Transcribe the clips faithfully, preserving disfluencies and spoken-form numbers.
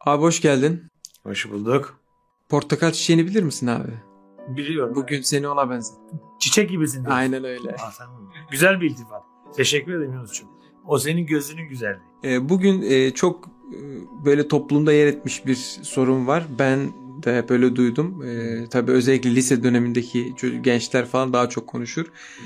Abi hoş geldin. Hoş bulduk. Portakal çiçeğini bilir misin abi? Biliyorum. Bugün seni ona benzettim. Çiçek gibisin diyorsun. Aynen öyle. Aa, sen güzel bir iltifat. Teşekkür ederim Yunus'cum. O senin gözünün güzelliği. Ee, bugün e, çok e, böyle toplumda yer etmiş bir sorun var. Ben de böyle duydum. E, tabii özellikle lise dönemindeki gençler falan daha çok konuşur.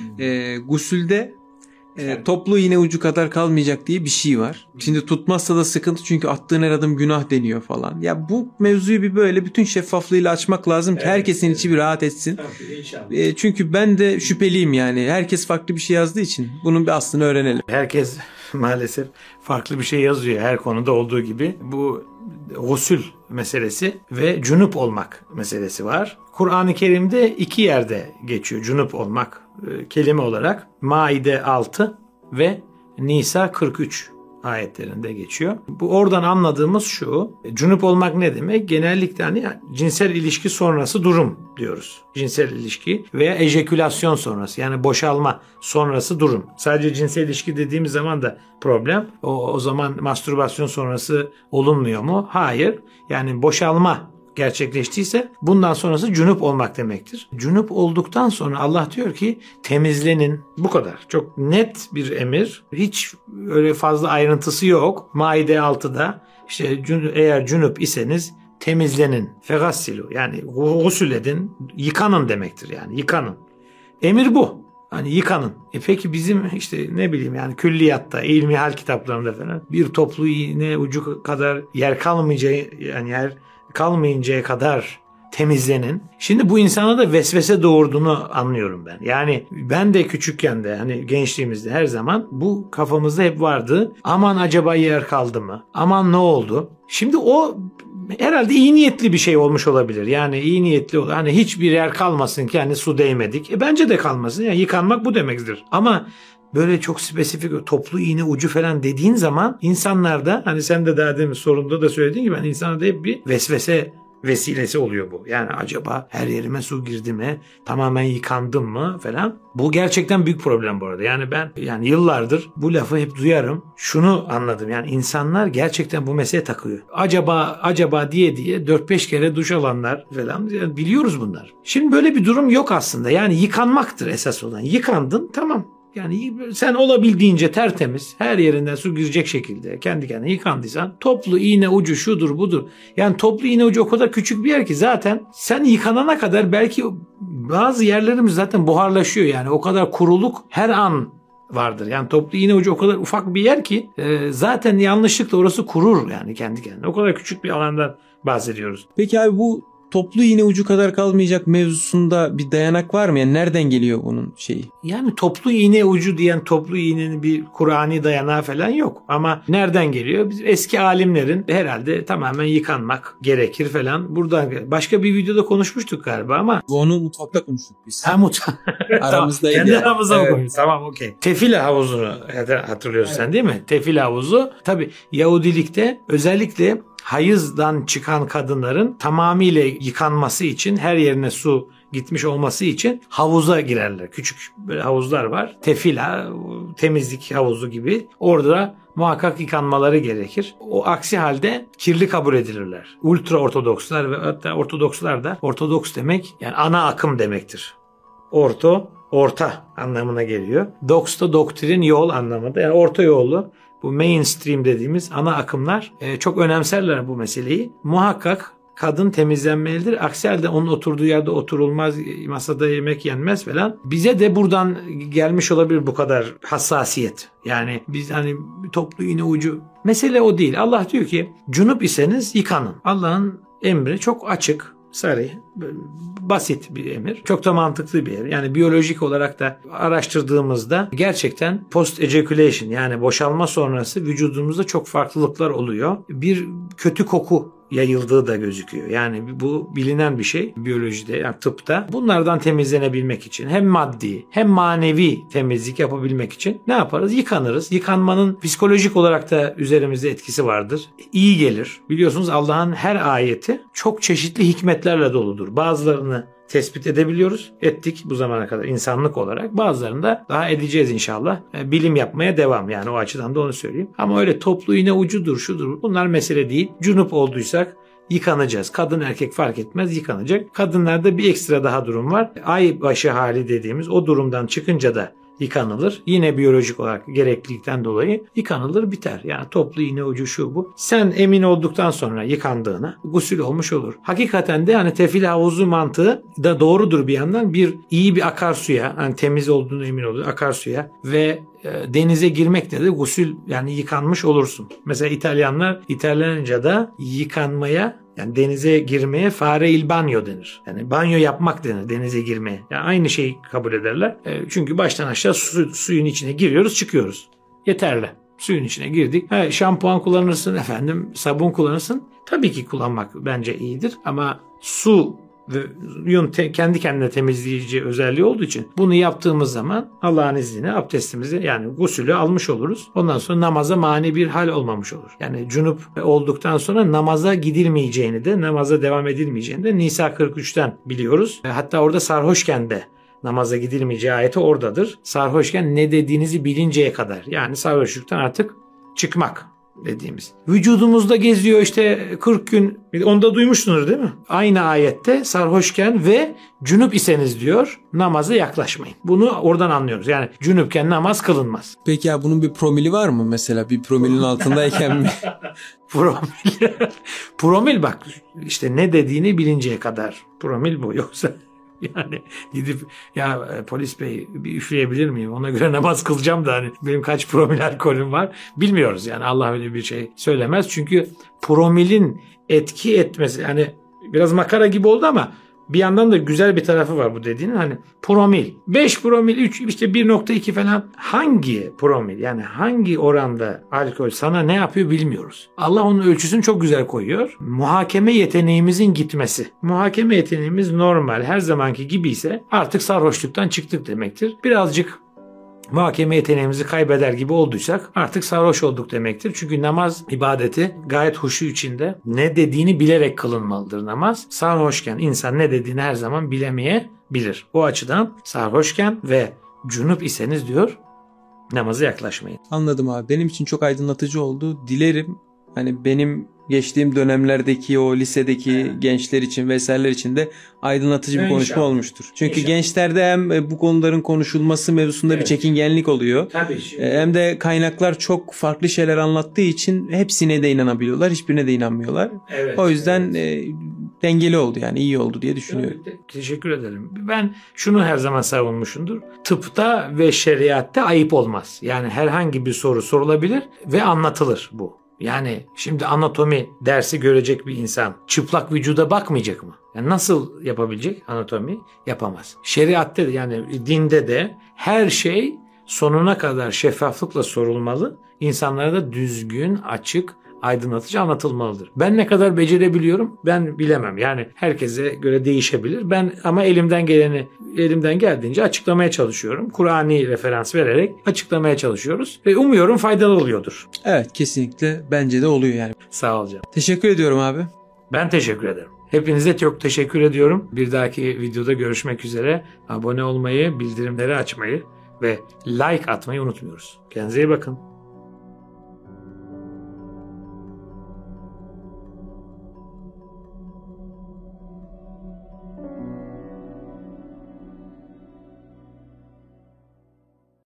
E, gusülde E, toplu iğne ucu kadar kalmayacak diye bir şey var. Şimdi tutmazsa da sıkıntı, çünkü attığın her adım günah deniyor falan. Ya bu mevzuyu bir böyle bütün şeffaflığıyla açmak lazım ki evet, herkesin evet. içi bir rahat etsin. Tabii, e, çünkü ben de şüpheliyim yani. Herkes farklı bir şey yazdığı için bunun bir aslını öğrenelim. Herkes maalesef farklı bir şey yazıyor her konuda olduğu gibi. Bu gusül meselesi ve cunup olmak meselesi var. Kur'an-ı Kerim'de iki yerde geçiyor cunup olmak e, kelime olarak. Maide altı ve Nisa kırk üç ayetlerinde geçiyor. Bu oradan anladığımız şu. Cunup olmak ne demek? Genellikle hani cinsel ilişki sonrası durum diyoruz. Cinsel ilişki veya ejekülasyon sonrası, yani boşalma sonrası durum. Sadece cinsel ilişki dediğimiz zaman da problem. O, o zaman mastürbasyon sonrası olunmuyor mu? Hayır. Yani boşalma gerçekleştiyse bundan sonrası cunup olmak demektir. Cunup olduktan sonra Allah diyor ki temizlenin. Bu kadar. Çok net bir emir. Hiç öyle fazla ayrıntısı yok. Maide altıda işte eğer cunup iseniz temizlenin. Fegassilu, yani gusül edin, yıkanın demektir yani, yıkanın. Emir bu. Hani yıkanın. E peki bizim işte ne bileyim yani külliyatta, ilmihal kitaplarında falan bir toplu iğne ucu kadar yer kalmayacağı, yani yer kalmayıncaya kadar temizlenin. Şimdi bu insana da vesvese doğurduğunu anlıyorum ben. Yani ben de küçükken de hani gençliğimizde her zaman bu kafamızda hep vardı. Aman acaba yer kaldı mı? Aman ne oldu? Şimdi o herhalde iyi niyetli bir şey olmuş olabilir. Yani iyi niyetli, hani hiçbir yer kalmasın ki hani su değmedik. E bence de kalmasın. Yani yıkanmak bu demektir. Ama böyle çok spesifik toplu iğne ucu falan dediğin zaman insanlarda, hani sen de daha demin sorunda da söylediğin gibi, hani insanlarda hep bir vesvese vesilesi oluyor bu. Yani acaba her yerime su girdi mi? Tamamen yıkandım mı falan. Bu gerçekten büyük problem bu arada. Yani ben yani yıllardır bu lafı hep duyarım. Şunu anladım. Yani insanlar gerçekten bu meseleye takıyor. Acaba acaba diye diye dört beş kere duş alanlar falan, yani biliyoruz bunlar. Şimdi böyle bir durum yok aslında. Yani yıkanmaktır esas olan. Yıkandın, tamam. Yani sen olabildiğince tertemiz, her yerinden su girecek şekilde kendi kendine yıkandıysan, toplu iğne ucu şudur budur. Yani toplu iğne ucu o kadar küçük bir yer ki zaten sen yıkanana kadar belki bazı yerlerimiz zaten buharlaşıyor. Yani o kadar kuruluk her an vardır. Yani toplu iğne ucu o kadar ufak bir yer ki e, zaten yanlışlıkla orası kurur yani kendi kendine. O kadar küçük bir alandan bahsediyoruz. Peki abi, bu toplu iğne ucu kadar kalmayacak mevzusunda bir dayanak var mı? Yani nereden geliyor bunun şeyi? Yani toplu iğne ucu diyen, toplu iğnenin bir Kur'ani dayanağı falan yok. Ama nereden geliyor? Biz eski alimlerin herhalde tamamen yıkanmak gerekir falan. Buradan başka bir videoda konuşmuştuk galiba ama. Onu mutfakta konuştuk biz. Ha, mutfak. Aramızdaydı. Kendi aramızda mı konuştuk? Tamam, okey. Tefila havuzunu hatırlıyorsun evet. Sen değil mi? Tefila havuzu. Tabii Yahudilikte özellikle hayızdan çıkan kadınların tamamıyla yıkanması için, her yerine su gitmiş olması için havuza girerler. Küçük böyle havuzlar var. Tefila, temizlik havuzu gibi. Orada muhakkak yıkanmaları gerekir. O aksi halde kirli kabul edilirler. Ultra ortodokslar ve hatta ortodokslar da, ortodoks demek yani ana akım demektir. Orto, orta anlamına geliyor. Dox da doktrin, yol anlamında. Yani orta yolu. Bu mainstream dediğimiz ana akımlar e, çok önemserler bu meseleyi. Muhakkak kadın temizlenmelidir. Aksi halde onun oturduğu yerde oturulmaz, masada yemek yenmez falan. Bize de buradan gelmiş olabilir bu kadar hassasiyet. Yani biz hani toplu iğne ucu. Mesele o değil. Allah diyor ki cunup iseniz yıkanın. Allah'ın emri çok açık. Sarı, basit bir emir. Çok da mantıklı bir emir. Yani biyolojik olarak da araştırdığımızda gerçekten post ejaculation, yani boşalma sonrası vücudumuzda çok farklılıklar oluyor. Bir kötü koku yayıldığı da gözüküyor. Yani bu bilinen bir şey biyolojide, yani tıpta. Bunlardan temizlenebilmek için hem maddi hem manevi temizlik yapabilmek için ne yaparız? Yıkanırız. Yıkanmanın psikolojik olarak da üzerimizde etkisi vardır. İyi gelir. Biliyorsunuz Allah'ın her ayeti çok çeşitli hikmetlerle doludur. Bazılarını tespit edebiliyoruz. Ettik bu zamana kadar insanlık olarak. Bazılarında daha edeceğiz inşallah. Bilim yapmaya devam, yani o açıdan da onu söyleyeyim. Ama öyle toplu iğne ucudur, şudur, bunlar mesele değil. Cunup olduysak yıkanacağız. Kadın erkek fark etmez, yıkanacak. Kadınlarda bir ekstra daha durum var. Ay başı hali dediğimiz o durumdan çıkınca da yıkanılır. Yine biyolojik olarak gereklilikten dolayı yıkanılır, biter. Yani toplu iğne ucu şu bu. Sen emin olduktan sonra yıkandığına gusül olmuş olur. Hakikaten de hani tefil havuzu mantığı da doğrudur bir yandan. Bir iyi bir akarsuya, hani temiz olduğunu emin olduğun akarsuya ve e, denize girmekle de gusül, yani yıkanmış olursun. Mesela İtalyanlar İtalyanca'da yıkanmaya, yani denize girmeye fare il banyo denir. Yani banyo yapmak denir denize girmeye. Yani aynı şeyi kabul ederler. E, çünkü baştan aşağı su, suyun içine giriyoruz, çıkıyoruz. Yeterli. Suyun içine girdik. Ha, şampuan kullanırsın efendim, sabun kullanırsın. Tabii ki kullanmak bence iyidir. Ama su ve suyun te, kendi kendine temizleyici özelliği olduğu için bunu yaptığımız zaman Allah'ın izniyle abdestimizi, yani gusülü almış oluruz. Ondan sonra namaza mani bir hal olmamış olur. Yani cunup olduktan sonra namaza gidilmeyeceğini de, namaza devam edilmeyeceğini de Nisa kırk üçten biliyoruz. Hatta orada sarhoşken de namaza gidilmeyeceği ayeti oradadır. Sarhoşken ne dediğinizi bilinceye kadar, yani sarhoşluktan artık çıkmak dediğimiz. Vücudumuzda geziyor işte kırk gün. Onu da duymuşsunuz değil mi? Aynı ayette sarhoşken ve cünüp iseniz diyor, namaza yaklaşmayın. Bunu oradan anlıyoruz. Yani cünüpken namaz kılınmaz. Peki ya bunun bir promili var mı mesela? Bir promilin altındayken mi? Promil. Promil bak işte ne dediğini bilinceye kadar. Promil bu, yoksa yani gidip ya polis bey bir üfleyebilir miyim? Ona göre namaz kılacağım da hani benim kaç promil alkolüm var bilmiyoruz. Yani Allah öyle bir şey söylemez. Çünkü promilin etki etmesi, yani biraz makara gibi oldu ama bir yandan da güzel bir tarafı var bu dediğinin. Hani promil, beş promil, üç, işte bir nokta iki falan, hangi promil, yani hangi oranda alkol sana ne yapıyor bilmiyoruz. Allah onun ölçüsünü çok güzel koyuyor. Muhakeme yeteneğimizin gitmesi. Muhakeme yeteneğimiz normal, her zamanki gibi ise artık sarhoşluktan çıktık demektir. Birazcık muhakeme yeteneğimizi kaybeder gibi olduysak artık sarhoş olduk demektir. Çünkü namaz ibadeti gayet huşu içinde, ne dediğini bilerek kılınmalıdır namaz. Sarhoşken insan ne dediğini her zaman bilemeyebilir. O açıdan sarhoşken ve cunup iseniz diyor, namaza yaklaşmayın. Anladım abi. Benim için çok aydınlatıcı oldu. Dilerim hani benim geçtiğim dönemlerdeki o lisedeki evet. gençler için vesaireler için de aydınlatıcı bir İnşallah. konuşma olmuştur. Çünkü İnşallah. gençlerde hem bu konuların konuşulması mevzusunda evet. bir çekingenlik oluyor. Tabii şimdi. Hem de kaynaklar çok farklı şeyler anlattığı için hepsine de inanabiliyorlar, hiçbirine de inanmıyorlar. Evet, o yüzden evet. e, dengeli oldu, yani iyi oldu diye düşünüyorum. Evet, teşekkür ederim. Ben şunu her zaman savunmuşumdur. Tıpta ve şeriatta ayıp olmaz. Yani herhangi bir soru sorulabilir ve anlatılır bu. Yani şimdi anatomi dersi görecek bir insan çıplak vücuda bakmayacak mı? Yani nasıl yapabilecek anatomi? Yapamaz. Şeriatte de, yani dinde de her şey sonuna kadar şeffaflıkla sorulmalı. İnsanlara da düzgün, açık, aydınlatıcı anlatılmalıdır. Ben ne kadar becerebiliyorum ben bilemem. Yani herkese göre değişebilir. Ben ama elimden geleni elimden geldiğince açıklamaya çalışıyorum. Kur'ani referans vererek açıklamaya çalışıyoruz. Ve umuyorum faydalı oluyordur. Evet, kesinlikle bence de oluyor yani. Sağ ol canım. Teşekkür ediyorum abi. Ben teşekkür ederim. Hepinize çok teşekkür ediyorum. Bir dahaki videoda görüşmek üzere. Abone olmayı, bildirimleri açmayı ve like atmayı unutmuyoruz. Kendinize iyi bakın.